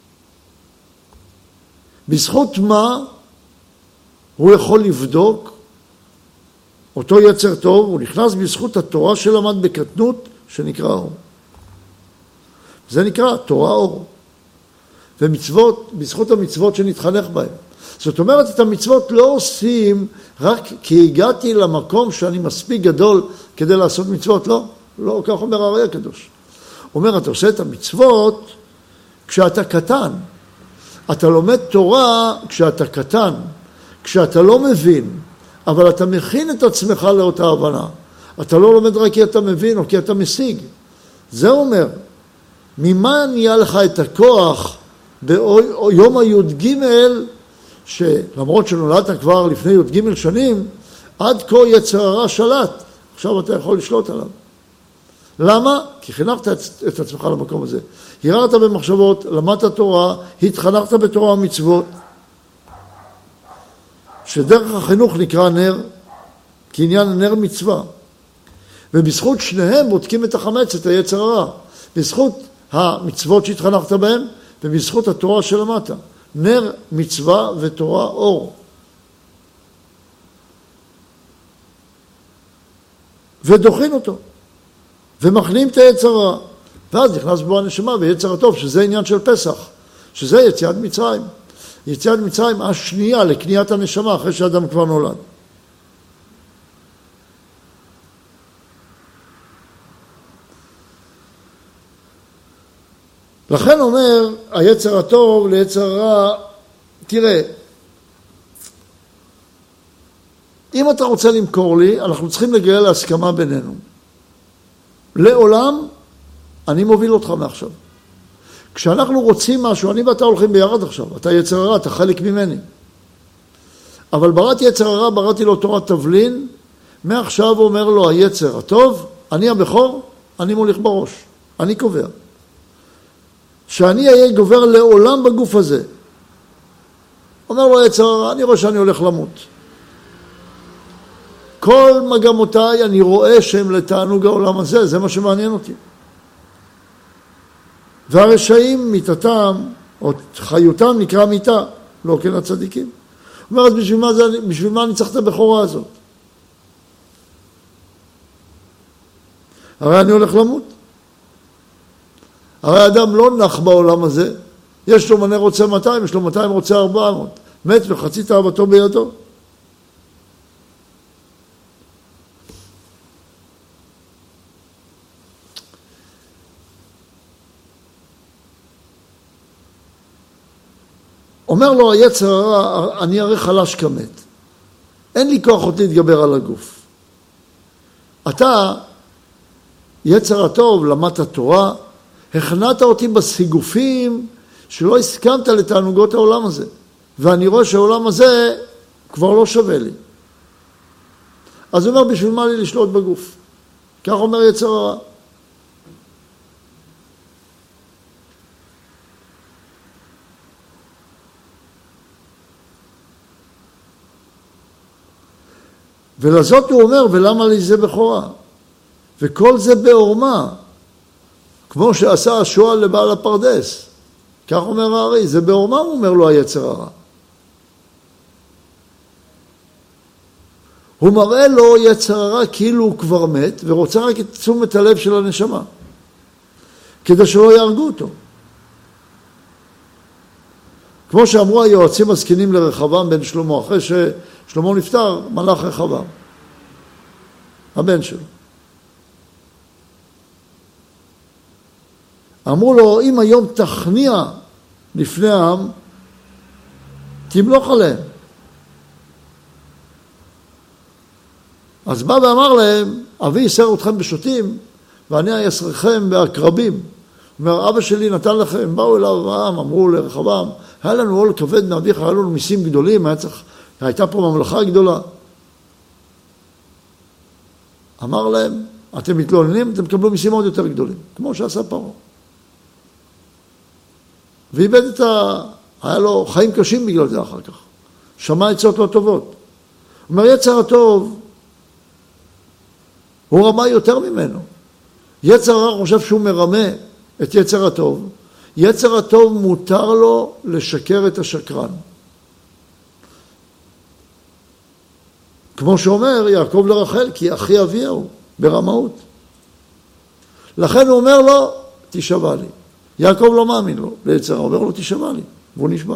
Speaker 1: בזכות מה הוא יכול לבדוק אותו יצר טוב? הוא נכנס בזכות התורה שלמד בקטנות שנקרא אור. זה נקרא תורה אור. ומצוות, בזכות המצוות שנתחנך בהן. זאת אומרת, את המצוות לא עושים רק כי הגעתי למקום שאני מספיק גדול כדי לעשות מצוות. לא, לא, כך אומר הארי הקדוש. אומר, אתה עושה את המצוות כשאתה קטן. אתה לומד תורה כשאתה קטן, כשאתה לא מבין, אבל אתה מכין את עצמך לאותה הבנה. אתה לא לומד רק כי אתה מבין או כי אתה משיג. זה אומר, ממה נהיה לך את הכוח ביום הי"ג, שלמרות שנולדת כבר לפני י"ג שנים, עד כה יצר הרע שלט, עכשיו אתה יכול לשלוט עליו. למה? כי חינכת את עצמך למקום הזה. הרהרת במחשבות, למדת תורה, התחנכת בתורה ומצוות, שדרך החינוך נקרא נר, כי עניין הנר מצווה. ובזכות שניהם בודקים את החמץ, את היצר הרע. בזכות המצוות שהתחנכת בהן, ובזכות התורה שלמדת. נר מצווה ותורה אור. ודוחין אותו. ומכנים את היצר הרע. ואז נכנס בו הנשמה ויצר הטוב, שזה עניין של פסח. שזה יציאת מצרים. יציאת מצרים השנייה לקניית הנשמה אחרי שאדם כבר נולד. לכן אומר היצר הטוב ליצר הרע, תראה, אם אתה רוצה למכור לי, אנחנו צריכים לגלל להסכמה בינינו. לעולם אני מוביל אותך מעכשיו. כשאנחנו רוצים משהו, אני ואתה הולכים ביחד עכשיו, אתה יצר הרע, אתה חלק ממני. אבל בראתי יצר הרע, בראתי לו תורת תבלין, מעכשיו אומר לו היצר הטוב, אני הבכור, אני מוליך בראש, אני קובע. שאני אהיה גובר לעולם בגוף הזה. אומר לו יצר הרע, אני רואה שאני הולך למות. כל מגמותיי אני רואה שהם לתענוג העולם הזה, זה מה שמעניין אותי. והרשעים מיתתם, או חיותם נקרא מיתה, לא כן הצדיקים. אומר, אז בשביל מה, זה, בשביל מה אני צריך את הבכורה הזאת? הרי אני הולך למות. הרי האדם לא נח בעולם הזה, יש לו מנה רוצה מאתיים, יש לו מאתיים רוצה ארבע מאות, מת וחצי תאוותו בידו. אומר לו היצר הרע, אני הרי חלש כמת, אין לי כוח עוד להתגבר על הגוף. אתה, יצר הטוב, למדת תורה, הכנעת אותי בסיגופים שלא הסכמת לתענוגות העולם הזה. ואני רואה שהעולם הזה כבר לא שווה לי. אז הוא אומר, בשביל מה לי לשלוט בגוף? כך אומר יצר הרע. ולזאת הוא אומר, ולמה לי זה בכורה? וכל זה בעורמה. כמו שעשה השועל לבעל הפרדס. כך אומר הארי, זה בעורמה, הוא אומר לו היצר הרע. הוא מראה לו יצר הרע כאילו הוא כבר מת, ורוצה רק את תשומת הלב של הנשמה. כדי שלא יהרגו אותו. כמו שאמרו היועצים הזקנים לרחבעם בן שלמה, אחרי ששלמה נפטר, מלך רחבעם. הבן שלו. אמרו לו, אם היום תכניע לפני העם, תמלוך עליהם. אז בא ואמר להם, אבי יסר אתכם בשוטים, ואני אייסרכם בעקרבים. אומר, אבא שלי נתן לכם, באו אליו העם, אמרו לרחבעם, היה לנו עול כבד מאביך, היה לנו מיסים גדולים, היה צריך, הייתה פה ממלכה גדולה. אמר להם, אתם מתלוננים, אתם תקבלו מיסים עוד יותר גדולים, כמו שעשה פרעה. ואיבד את ה... היה לו חיים קשים בגלל זה אחר כך. שמע עצות לא טובות. הוא אומר, יצר הטוב, הוא רמה יותר ממנו. יצר הרע חושב שהוא מרמה את יצר הטוב, יצר הטוב מותר לו לשקר את השקרן. כמו שאומר יעקב לרחל, כי אחי אביה הוא, ברמאות. לכן הוא אומר לו, תשבע לי. יעקב לא מאמין לו, ליצר, הוא אומר לו, תשבע לי, והוא נשבע.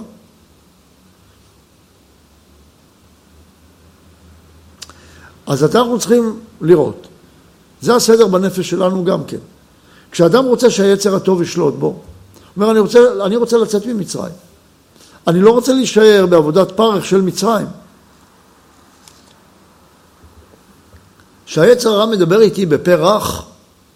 Speaker 1: אז אנחנו צריכים לראות. זה הסדר בנפש שלנו גם כן. כשאדם רוצה שהיצר הטוב ישלוט בו, הוא אומר, אני רוצה, אני רוצה לצאת ממצרים. אני לא רוצה להישאר בעבודת פרך של מצרים. שהיצר הרע מדבר איתי בפרח,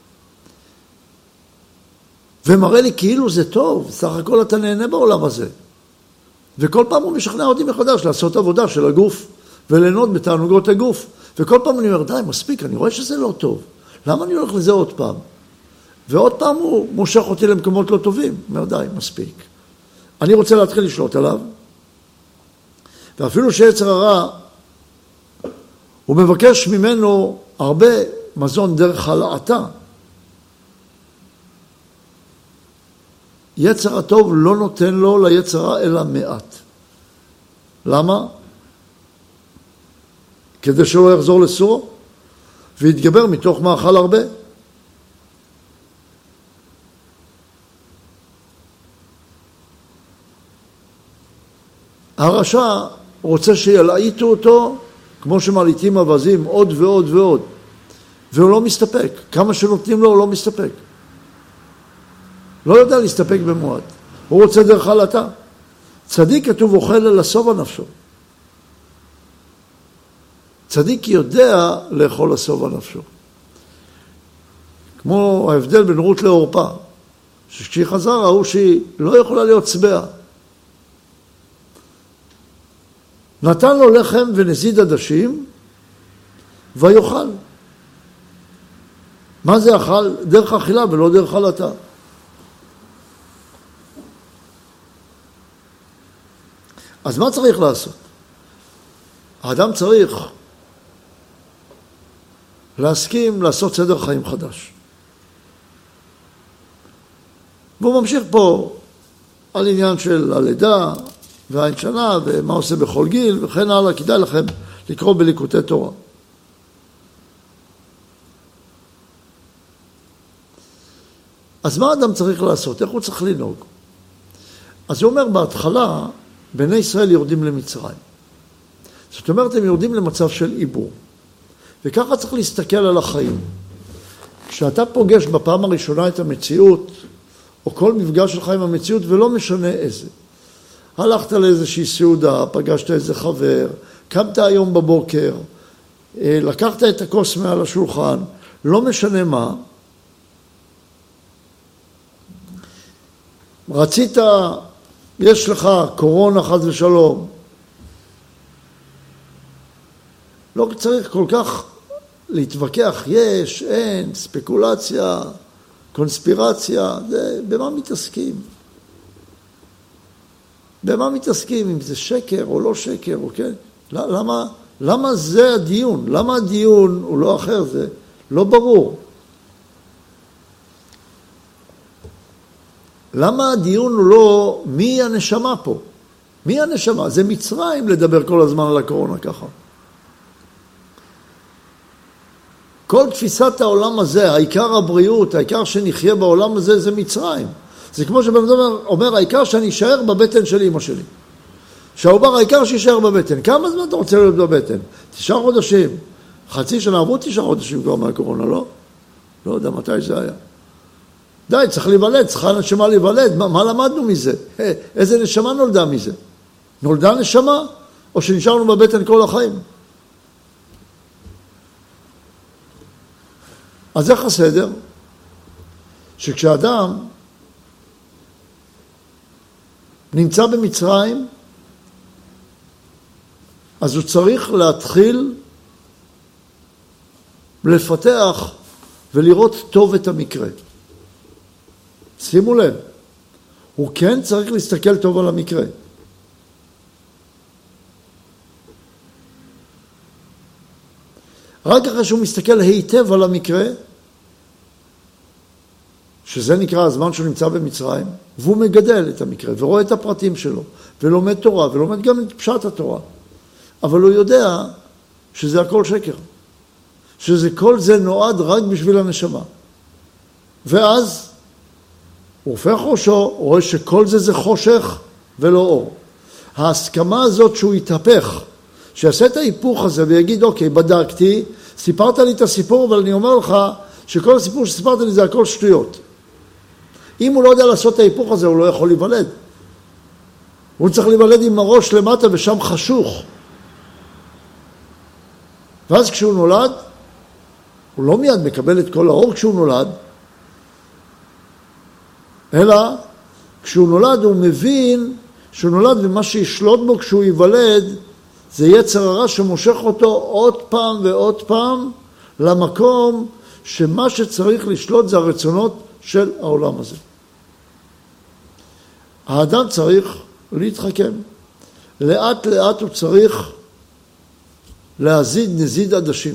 Speaker 1: ומראה לי כאילו זה טוב, סך הכל אתה נהנה בעולם הזה. וכל פעם הוא משכנע אותי מחדש לעשות עבודה של הגוף, וליהנות בתענוגות הגוף. וכל פעם אני אומר, די, מספיק, אני רואה שזה לא טוב. למה אני הולך לזה עוד פעם? ועוד פעם הוא מושך אותי למקומות לא טובים. אומר, די, מספיק. אני רוצה להתחיל לשלוט עליו. ואפילו שיצר הרע, הוא מבקש ממנו הרבה מזון דרך הלעתה. יצר הטוב לא נותן לו ליצר הרע אלא מעט. למה? כדי שלא יחזור לסורו ויתגבר מתוך מאכל הרבה. הרשע רוצה שילעיטו אותו כמו שמעליטים אבזים עוד ועוד ועוד, והוא לא מסתפק. כמה שנותנים לו הוא לא מסתפק. לא יודע להסתפק במועט. הוא רוצה דרך הלעתה. צדיק כתוב אוכל לשובע נפשו. צדיק יודע לאכול לשובע נפשו. כמו ההבדל בין רות לעורפה, שכשהיא חזרה ראו שהיא לא יכולה להיות שבעה. נתן לו לחם ונזיד עדשים ויאכל. מה זה אכל? דרך אכילה ולא דרך הלעתה. אז מה צריך לעשות? האדם צריך להסכים לעשות סדר חיים חדש. והוא ממשיך פה על עניין של הלידה והעין שנה ומה עושה בכל גיל וכן הלאה. כדאי לכם לקרוא בליקוטי תורה. אז מה האדם צריך לעשות? איך הוא צריך לנהוג? אז הוא אומר בהתחלה, בני ישראל יורדים למצרים. זאת אומרת, הם יורדים למצב של עיבור. וככה צריך להסתכל על החיים. כשאתה פוגש בפעם הראשונה את המציאות, או כל מפגש שלך עם המציאות, ולא משנה איזה. הלכת לאיזושהי סעודה, פגשת איזה חבר, קמת היום בבוקר, לקחת את הכוס מעל השולחן, לא משנה מה. רצית, יש לך קורונה חס ושלום. לא צריך כל כך להתווכח, יש, אין, ספקולציה, קונספירציה, זה, במה מתעסקים? במה מתעסקים? אם זה שקר או לא שקר, או כן? למה, למה זה הדיון? למה הדיון הוא לא אחר? זה לא ברור. למה הדיון הוא לא מי הנשמה פה? מי הנשמה? זה מצרים לדבר כל הזמן על הקורונה ככה. כל תפיסת העולם הזה, העיקר הבריאות, העיקר שנחיה בעולם הזה, זה מצרים. זה כמו שבן אדם אומר, העיקר שאני אשאר בבטן של אמא שלי. שהעובר העיקר שישאר בבטן. כמה זמן אתה רוצה להיות בבטן? תשעה חודשים. חצי שנה עברו תשעה חודשים כבר מהקורונה, לא? לא יודע מתי זה היה. די, צריך להיוולד, צריכה נשמה להיוולד. מה, מה למדנו מזה? איזה נשמה נולדה מזה? נולדה נשמה? או שנשארנו בבטן כל החיים? אז איך הסדר? שכשאדם נמצא במצרים, אז הוא צריך להתחיל לפתח ולראות טוב את המקרה. שימו לב, הוא כן צריך להסתכל טוב על המקרה. רק אחרי שהוא מסתכל היטב על המקרה, שזה נקרא הזמן שהוא נמצא במצרים, והוא מגדל את המקרה ורואה את הפרטים שלו, ולומד תורה, ולומד גם את פשט התורה. אבל הוא יודע שזה הכל שקר. שזה כל זה נועד רק בשביל הנשמה. ואז הוא הופך ראשו, הוא רואה שכל זה זה חושך ולא אור. ההסכמה הזאת שהוא יתהפך, שיעשה את ההיפוך הזה ויגיד, אוקיי, בדקתי, סיפרת לי את הסיפור, אבל אני אומר לך שכל הסיפור שסיפרת לי זה הכל שטויות. אם הוא לא יודע לעשות את ההיפוך הזה, הוא לא יכול להיוולד. הוא צריך להיוולד עם הראש למטה ושם חשוך. ואז כשהוא נולד, הוא לא מיד מקבל את כל האור כשהוא נולד, אלא כשהוא נולד הוא מבין שהוא נולד ומה שישלוט בו כשהוא ייוולד זה יצר הרע שמושך אותו עוד פעם ועוד פעם למקום שמה שצריך לשלוט זה הרצונות של העולם הזה. האדם צריך להתחכם. לאט לאט הוא צריך להזיד נזיד עדשים.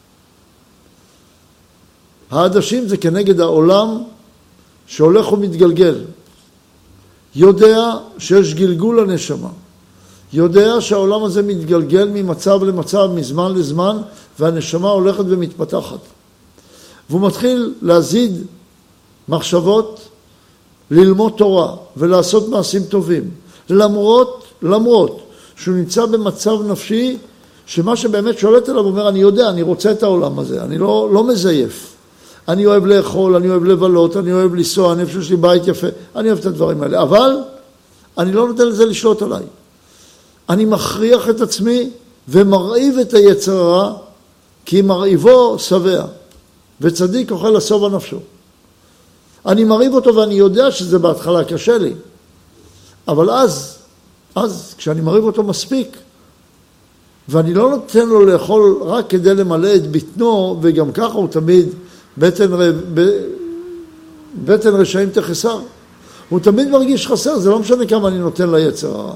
Speaker 1: העדשים זה כנגד העולם שהולך ומתגלגל. יודע שיש גלגול לנשמה. יודע שהעולם הזה מתגלגל ממצב למצב, מזמן לזמן, והנשמה הולכת ומתפתחת. והוא מתחיל להזיד מחשבות, ללמוד תורה ולעשות מעשים טובים. למרות, למרות שהוא נמצא במצב נפשי, שמה שבאמת שולט עליו אומר, אני יודע, אני רוצה את העולם הזה, אני לא, לא מזייף. אני אוהב לאכול, אני אוהב לבלות, אני אוהב לנסוע, אני חושב שיש לי בית יפה, אני אוהב את הדברים האלה. אבל אני לא נותן לזה לשלוט עליי. אני מכריח את עצמי ומרעיב את היצר הרע, כי מרעיבו שבע, וצדיק אוכל לשובע נפשו. אני מרעיב אותו ואני יודע שזה בהתחלה קשה לי. אבל אז, אז כשאני מרעיב אותו מספיק, ואני לא נותן לו לאכול רק כדי למלא את בטנו, וגם ככה הוא תמיד בטן, ב, בטן רשעים תחסר. הוא תמיד מרגיש חסר, זה לא משנה כמה אני נותן ליצר הרע.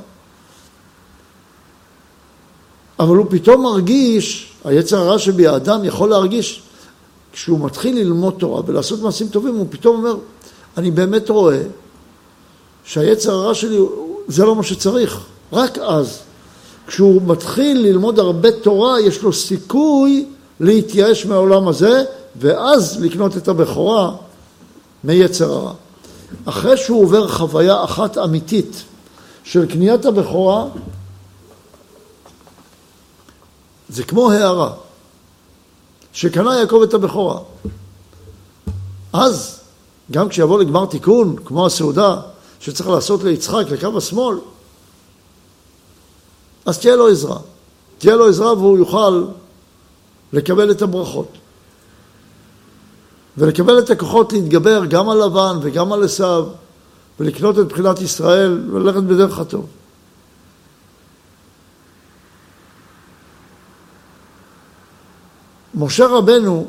Speaker 1: אבל הוא פתאום מרגיש, היצר הרע שבי האדם יכול להרגיש, כשהוא מתחיל ללמוד תורה ולעשות מעשים טובים, הוא פתאום אומר, אני באמת רואה שהיצר הרע שלי זה לא מה שצריך. רק אז, כשהוא מתחיל ללמוד הרבה תורה, יש לו סיכוי להתייאש מהעולם הזה, ואז לקנות את הבכורה מיצר הרע. אחרי שהוא עובר חוויה אחת אמיתית של קניית הבכורה, זה כמו הערה, שקנה יעקב את הבכורה. אז, גם כשיבוא לגמר תיקון, כמו הסעודה, שצריך לעשות ליצחק לקו השמאל, אז תהיה לו עזרה. תהיה לו עזרה והוא יוכל לקבל את הברכות. ולקבל את הכוחות להתגבר גם על לבן וגם על עשיו, ולקנות את בחינת ישראל וללכת בדרך הטוב. משה רבנו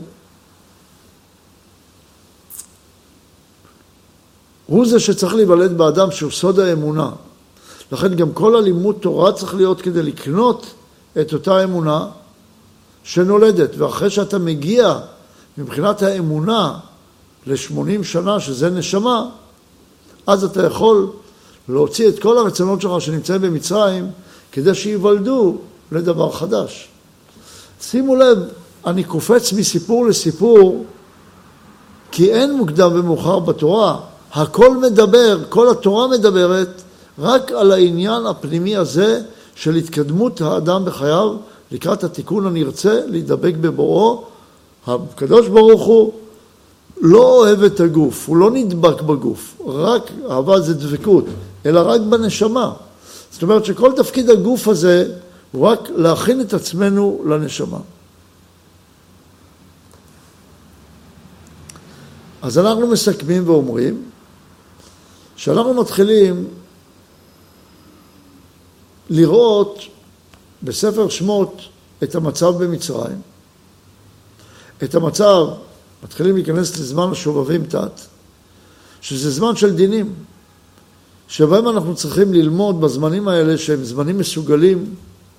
Speaker 1: הוא זה שצריך להיוולד באדם שהוא סוד האמונה. לכן גם כל הלימוד תורה צריך להיות כדי לקנות את אותה אמונה שנולדת. ואחרי שאתה מגיע מבחינת האמונה ל-שמונים שנה שזה נשמה, אז אתה יכול להוציא את כל הרצונות שלך שנמצאים במצרים כדי שיוולדו לדבר חדש. שימו לב, אני קופץ מסיפור לסיפור, כי אין מוקדם ומאוחר בתורה. הכל מדבר, כל התורה מדברת רק על העניין הפנימי הזה של התקדמות האדם בחייו לקראת התיקון הנרצה להידבק בבוראו. הקדוש ברוך הוא לא אוהב את הגוף, הוא לא נדבק בגוף, רק אהבה זה דבקות, אלא רק בנשמה. זאת אומרת שכל תפקיד הגוף הזה הוא רק להכין את עצמנו לנשמה. אז אנחנו מסכמים ואומרים שאנחנו מתחילים לראות בספר שמות את המצב במצרים, את המצב, מתחילים להיכנס לזמן השובבים תת, שזה זמן של דינים, שבהם אנחנו צריכים ללמוד בזמנים האלה שהם זמנים מסוגלים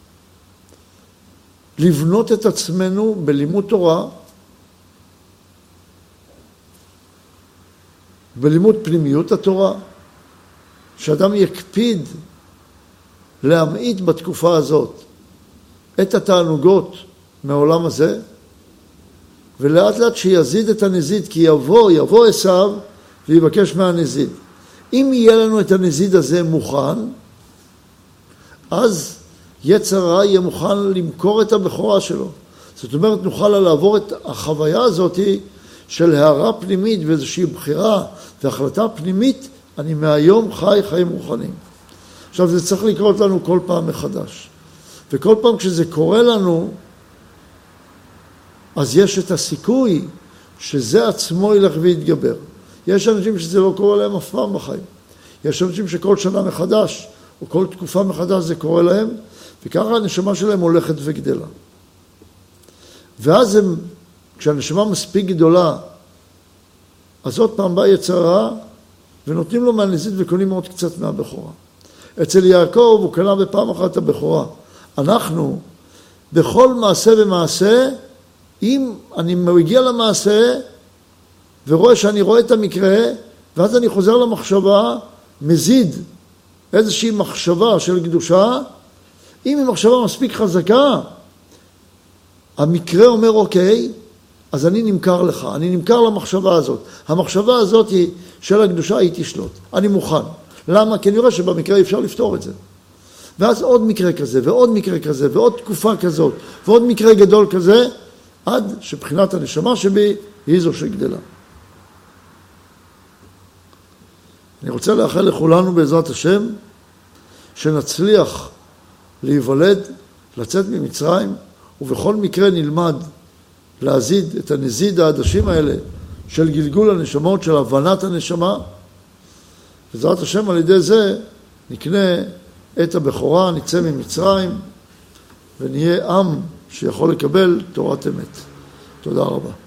Speaker 1: לבנות את עצמנו בלימוד תורה, בלימוד פנימיות התורה, שאדם יקפיד להמעיט בתקופה הזאת את התענוגות מהעולם הזה, ולאט לאט שיזיד את הנזיד, כי יבוא, יבוא עשיו ויבקש מהנזיד. אם יהיה לנו את הנזיד הזה מוכן, אז יצר הרע יהיה מוכן למכור את הבכורה שלו. זאת אומרת, נוכל לעבור את החוויה הזאת של הערה פנימית ואיזושהי בחירה והחלטה פנימית, אני מהיום חי חיים רוחניים. עכשיו, זה צריך לקרות לנו כל פעם מחדש. וכל פעם כשזה קורה לנו, אז יש את הסיכוי שזה עצמו ילך ויתגבר. יש אנשים שזה לא קורה להם אף פעם בחיים. יש אנשים שכל שנה מחדש, או כל תקופה מחדש זה קורה להם, וככה הנשמה שלהם הולכת וגדלה. ואז הם, כשהנשמה מספיק גדולה, אז עוד פעם בא יצר הרע, ונותנים לו מהנזיד וקונים עוד קצת מהבכורה. אצל יעקב הוא קנה בפעם אחת את הבכורה. אנחנו, בכל מעשה ומעשה, אם אני מגיע למעשה, ורואה שאני רואה את המקרה, ואז אני חוזר למחשבה, מזיד איזושהי מחשבה של קדושה, אם היא מחשבה מספיק חזקה, המקרה אומר אוקיי, אז אני נמכר לך, אני נמכר למחשבה הזאת. המחשבה הזאת היא של הקדושה, היא תשלוט. אני מוכן. למה? כי אני רואה שבמקרה אפשר לפתור את זה. ואז עוד מקרה כזה, ועוד מקרה כזה, ועוד תקופה כזאת, ועוד מקרה גדול כזה, עד שבחינת הנשמה שבי היא זו שגדלה. אני רוצה לאחל לכולנו בעזרת השם, שנצליח להיוולד, לצאת ממצרים, ובכל מקרה נלמד להזיד את הנזיד העדשים האלה של גלגול הנשמות, של הבנת הנשמה. בעזרת השם על ידי זה נקנה את הבכורה, נצא ממצרים ונהיה עם שיכול לקבל תורת אמת. תודה רבה.